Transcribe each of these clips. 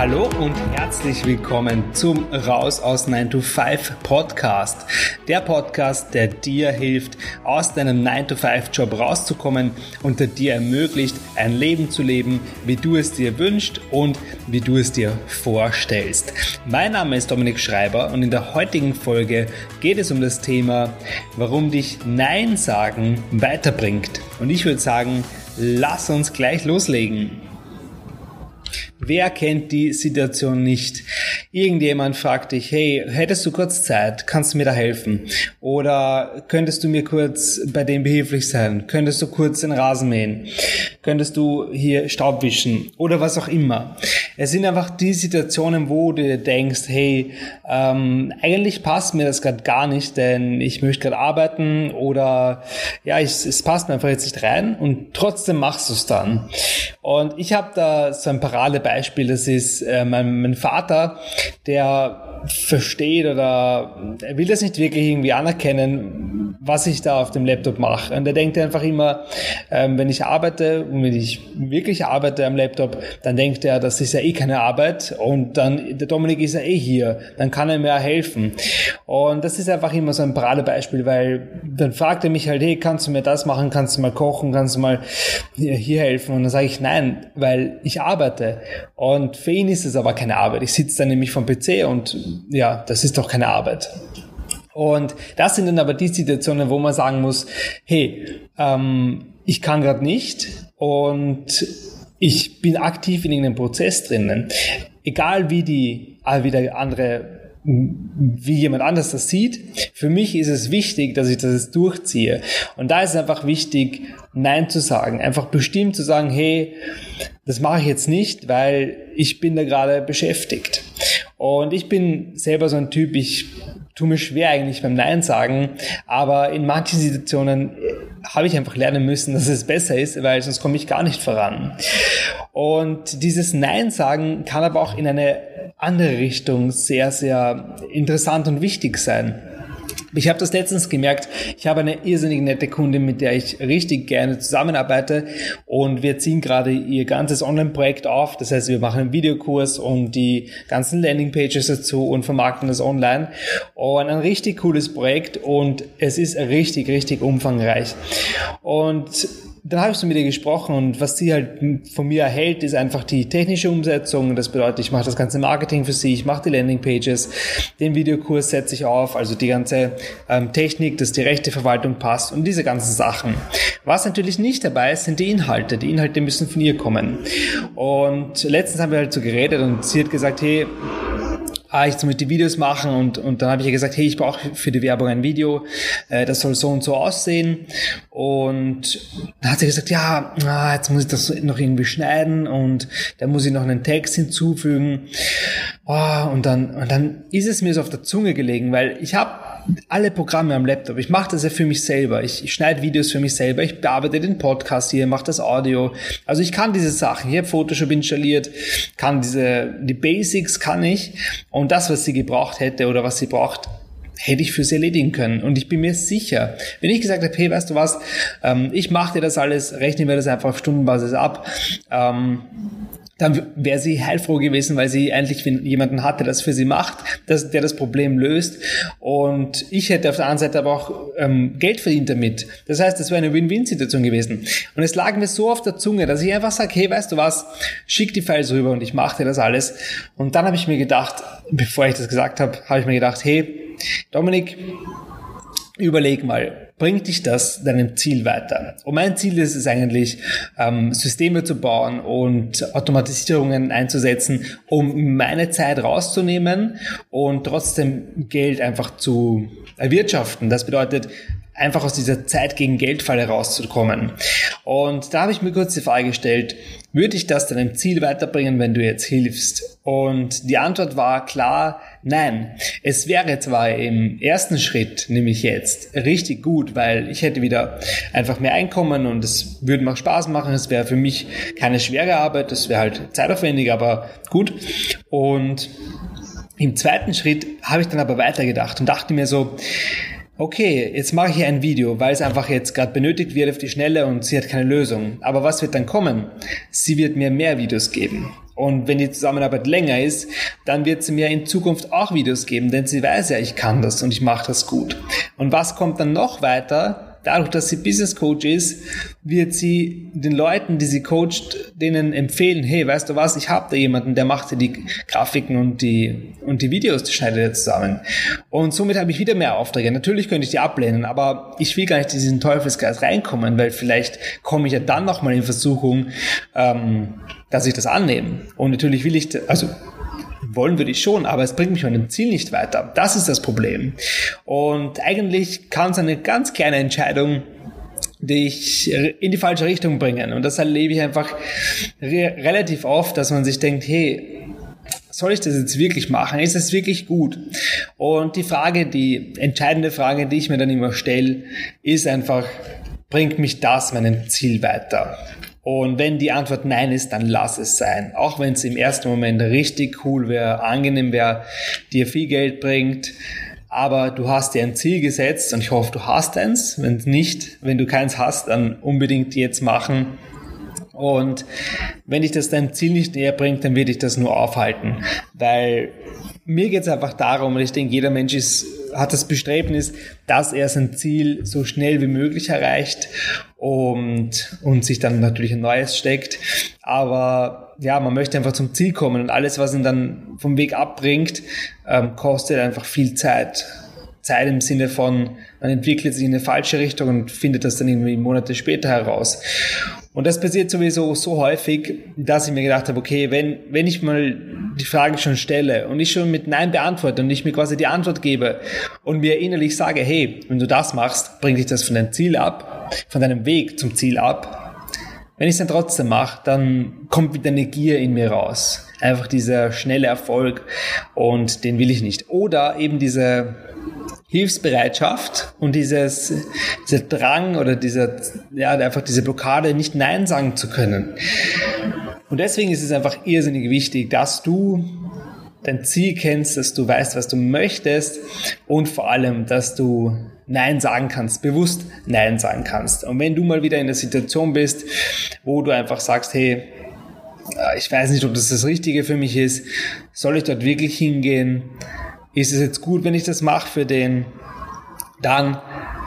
Hallo und herzlich willkommen zum Raus aus 9 to 5 Podcast. Der Podcast, der dir hilft, aus deinem 9 to 5 Job rauszukommen und der dir ermöglicht, ein Leben zu leben, wie du es dir wünschst und wie du es dir vorstellst. Mein Name ist Dominik Schreiber und in der heutigen Folge geht es um das Thema, warum dich Nein sagen weiterbringt. Und ich würde sagen, lass uns gleich loslegen. Wer kennt die Situation nicht? Irgendjemand fragt dich, hey, hättest du kurz Zeit? Kannst du mir da helfen? Oder könntest du mir kurz bei dem behilflich sein? Könntest du kurz den Rasen mähen? Könntest du hier Staub wischen? Oder was auch immer. Es sind einfach die Situationen, wo du dir denkst, hey, eigentlich passt mir das gerade gar nicht, denn ich möchte gerade arbeiten oder ja, es passt mir einfach jetzt nicht rein und trotzdem machst du es dann. Und ich habe da so ein Paradebeispiel, das ist mein Vater, der versteht oder er will das nicht wirklich irgendwie anerkennen, was ich da auf dem Laptop mache. Und er denkt einfach immer, wenn ich arbeite und wenn ich wirklich arbeite am Laptop, dann denkt er, das ist ja eh keine Arbeit und dann, der Dominik ist ja eh hier, dann kann er mir helfen. Und das ist einfach immer so ein Paradebeispiel, weil dann fragt er mich halt, hey, kannst du mir das machen, kannst du mal kochen, kannst du mal hier helfen? Und dann sage ich, nein, weil ich arbeite. Und für ihn ist es aber keine Arbeit. Ich sitze dann nämlich vom PC und ja, das ist doch keine Arbeit. Und das sind dann aber die Situationen, wo man sagen muss, hey, ich kann gerade nicht und ich bin aktiv in irgendeinem Prozess drinnen. Egal wie jemand anders das sieht, für mich ist es wichtig, dass ich das jetzt durchziehe. Und da ist es einfach wichtig, Nein zu sagen. Einfach bestimmt zu sagen, hey, das mache ich jetzt nicht, weil ich bin da gerade beschäftigt. Und ich bin selber so ein Typ, ich tue mir schwer eigentlich beim Nein sagen, aber in manchen Situationen habe ich einfach lernen müssen, dass es besser ist, weil sonst komme ich gar nicht voran. Und dieses Nein sagen kann aber auch in eine andere Richtung sehr, sehr interessant und wichtig sein. Ich habe das letztens gemerkt, ich habe eine irrsinnig nette Kundin, mit der ich richtig gerne zusammenarbeite und wir ziehen gerade ihr ganzes Online-Projekt auf. Das heißt, wir machen einen Videokurs und die ganzen Landingpages dazu und vermarkten das online. Und ein richtig cooles Projekt und es ist richtig, richtig umfangreich. Und dann habe ich so mit ihr gesprochen und was sie halt von mir erhält, ist einfach die technische Umsetzung. Das bedeutet, ich mache das ganze Marketing für sie, ich mache die Landingpages, den Videokurs setze ich auf, also die ganze Technik, dass die Rechteverwaltung passt und diese ganzen Sachen. Was natürlich nicht dabei ist, sind die Inhalte. Die Inhalte müssen von ihr kommen. Und letztens haben wir halt so geredet und sie hat gesagt, hey, ich muss die Videos machen und dann habe ich ihr gesagt, hey, ich brauche für die Werbung ein Video, das soll so und so aussehen und dann hat sie gesagt, ja, jetzt muss ich das noch irgendwie schneiden und da muss ich noch einen Text hinzufügen und dann ist es mir so auf der Zunge gelegen, weil ich habe alle Programme am Laptop. Ich mache das ja für mich selber. Ich schneide Videos für mich selber. Ich bearbeite den Podcast hier, mache das Audio. Also ich kann diese Sachen. Ich habe Photoshop installiert, kann die Basics kann ich. Und das, was sie gebraucht hätte oder was sie braucht, hätte ich für sie erledigen können. Und ich bin mir sicher, wenn ich gesagt habe, hey, weißt du was, ich mache dir das alles, rechne mir das einfach auf Stundenbasis ab, dann wäre sie heilfroh gewesen, weil sie eigentlich jemanden hatte, das für sie macht, der das Problem löst. Und ich hätte auf der anderen Seite aber auch Geld verdient damit. Das heißt, das wäre eine Win-Win-Situation gewesen. Und es lag mir so auf der Zunge, dass ich einfach sage, hey, weißt du was, schick die Files rüber und ich mache dir das alles. Und dann habe ich mir gedacht, bevor ich das gesagt habe, habe ich mir gedacht, hey, Dominik, überleg mal, bringt dich das deinem Ziel weiter? Und mein Ziel ist es eigentlich, Systeme zu bauen und Automatisierungen einzusetzen, um meine Zeit rauszunehmen und trotzdem Geld einfach zu erwirtschaften. Das bedeutet, einfach aus dieser Zeit gegen Geldfalle rauszukommen. Und da habe ich mir kurz die Frage gestellt, würde ich das deinem Ziel weiterbringen, wenn du jetzt hilfst? Und die Antwort war klar, nein. Es wäre zwar im ersten Schritt, nämlich jetzt, richtig gut, weil ich hätte wieder einfach mehr Einkommen und es würde mir auch Spaß machen. Es wäre für mich keine schwere Arbeit, es wäre halt zeitaufwendig, aber gut. Und im zweiten Schritt habe ich dann aber weitergedacht und dachte mir so, okay, jetzt mache ich hier ein Video, weil es einfach jetzt gerade benötigt wird auf die Schnelle und sie hat keine Lösung. Aber was wird dann kommen? Sie wird mir mehr Videos geben. Und wenn die Zusammenarbeit länger ist, dann wird sie mir in Zukunft auch Videos geben, denn sie weiß ja, ich kann das und ich mache das gut. Und was kommt dann noch weiter? Dadurch, dass sie Business Coach ist, wird sie den Leuten, die sie coacht, denen empfehlen, hey, weißt du was, ich habe da jemanden, der macht dir die Grafiken und die Videos, die schneidet er zusammen. Und somit habe ich wieder mehr Aufträge. Natürlich könnte ich die ablehnen, aber ich will gar nicht in diesen Teufelskreis reinkommen, weil vielleicht komme ich ja dann nochmal in Versuchung, dass ich das annehme. Und natürlich will ich, wollen würde ich schon, aber es bringt mich an dem Ziel nicht weiter. Das ist das Problem. Und eigentlich kann es eine ganz kleine Entscheidung dich in die falsche Richtung bringen. Und das erlebe ich einfach relativ oft, dass man sich denkt, hey, soll ich das jetzt wirklich machen? Ist das wirklich gut? Und die entscheidende Frage, die ich mir dann immer stelle, ist einfach, bringt mich das meinem Ziel weiter? Und wenn die Antwort nein ist, dann lass es sein. Auch wenn es im ersten Moment richtig cool wäre, angenehm wäre, dir viel Geld bringt, aber du hast dir ein Ziel gesetzt und ich hoffe, du hast eins. Wenn du keins hast, dann unbedingt jetzt machen. Und wenn dich das deinem Ziel nicht näher bringt, dann wird dich das nur aufhalten. Weil mir geht es einfach darum, und ich denke, jeder Mensch hat das Bestrebnis, dass er sein Ziel so schnell wie möglich erreicht und sich dann natürlich ein neues steckt. Aber ja, man möchte einfach zum Ziel kommen und alles, was ihn dann vom Weg abbringt, kostet einfach viel Zeit. Zeit im Sinne von, man entwickelt sich in eine falsche Richtung und findet das dann irgendwie Monate später heraus. Und das passiert sowieso so häufig, dass ich mir gedacht habe, okay, wenn ich mal die Frage schon stelle und ich schon mit Nein beantworte und ich mir quasi die Antwort gebe und mir innerlich sage, hey, wenn du das machst, bringt dich das von deinem Ziel ab, von deinem Weg zum Ziel ab. Wenn ich es dann trotzdem mache, dann kommt wieder eine Gier in mir raus. Einfach dieser schnelle Erfolg und den will ich nicht. Oder eben diese Hilfsbereitschaft und dieser Drang oder einfach diese Blockade, nicht Nein sagen zu können. Und deswegen ist es einfach irrsinnig wichtig, dass du dein Ziel kennst, dass du weißt, was du möchtest und vor allem, dass du Nein sagen kannst, bewusst Nein sagen kannst. Und wenn du mal wieder in der Situation bist, wo du einfach sagst, hey, ich weiß nicht, ob das Richtige für mich ist, soll ich dort wirklich hingehen? Ist es jetzt gut, wenn ich das mache für den? Dann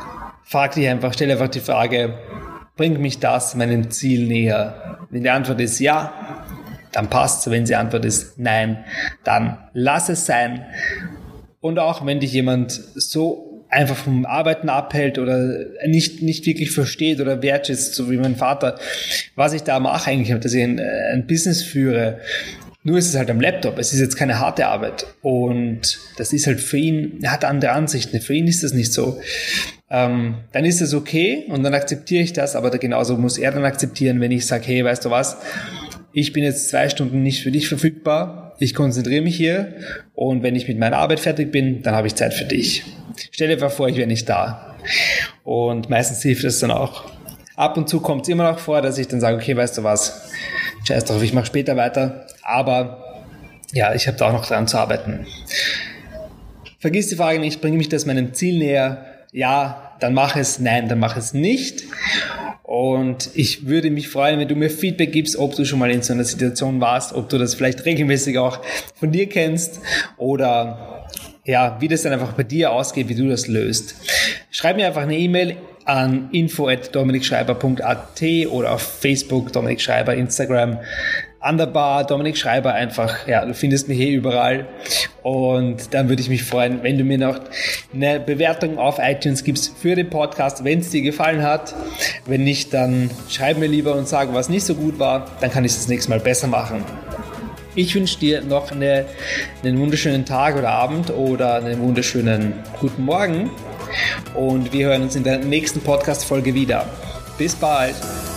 stell einfach die Frage, bringt mich das meinem Ziel näher? Wenn die Antwort ist ja, dann passt's. Wenn die Antwort ist nein, dann lass es sein. Und auch wenn dich jemand so einfach vom Arbeiten abhält oder nicht wirklich versteht oder wertschätzt, so wie mein Vater, was ich da mache eigentlich, dass ich ein Business führe. Nur ist es halt am Laptop, es ist jetzt keine harte Arbeit und das ist halt für ihn, er hat andere Ansichten, für ihn ist das nicht so. Dann ist es okay und dann akzeptiere ich das, aber genauso muss er dann akzeptieren, wenn ich sage, hey, weißt du was, ich bin jetzt 2 Stunden nicht für dich verfügbar, ich konzentriere mich hier und wenn ich mit meiner Arbeit fertig bin, dann habe ich Zeit für dich. Stell dir vor, ich wäre nicht da. Und meistens hilft das dann auch. Ab und zu kommt es immer noch vor, dass ich dann sage, okay, weißt du was, scheiß drauf, ich mache später weiter. Aber ja, ich habe da auch noch dran zu arbeiten. Vergiss die Frage nicht, bringe mich das meinem Ziel näher? Ja, dann mach es. Nein, dann mach es nicht. Und ich würde mich freuen, wenn du mir Feedback gibst, ob du schon mal in so einer Situation warst, ob du das vielleicht regelmäßig auch von dir kennst oder ja, wie das dann einfach bei dir ausgeht, wie du das löst. Schreib mir einfach eine E-Mail an info@dominikschreiber.at oder auf Facebook Dominik Schreiber, Instagram Dominik Schreiber einfach, ja, du findest mich überall und dann würde ich mich freuen, wenn du mir noch eine Bewertung auf iTunes gibst für den Podcast, wenn es dir gefallen hat. Wenn nicht, dann schreib mir lieber und sag, was nicht so gut war, dann kann ich es das nächste Mal besser machen. Ich wünsche dir noch einen wunderschönen Tag oder Abend oder einen wunderschönen guten Morgen und wir hören uns in der nächsten Podcast-Folge wieder. Bis bald!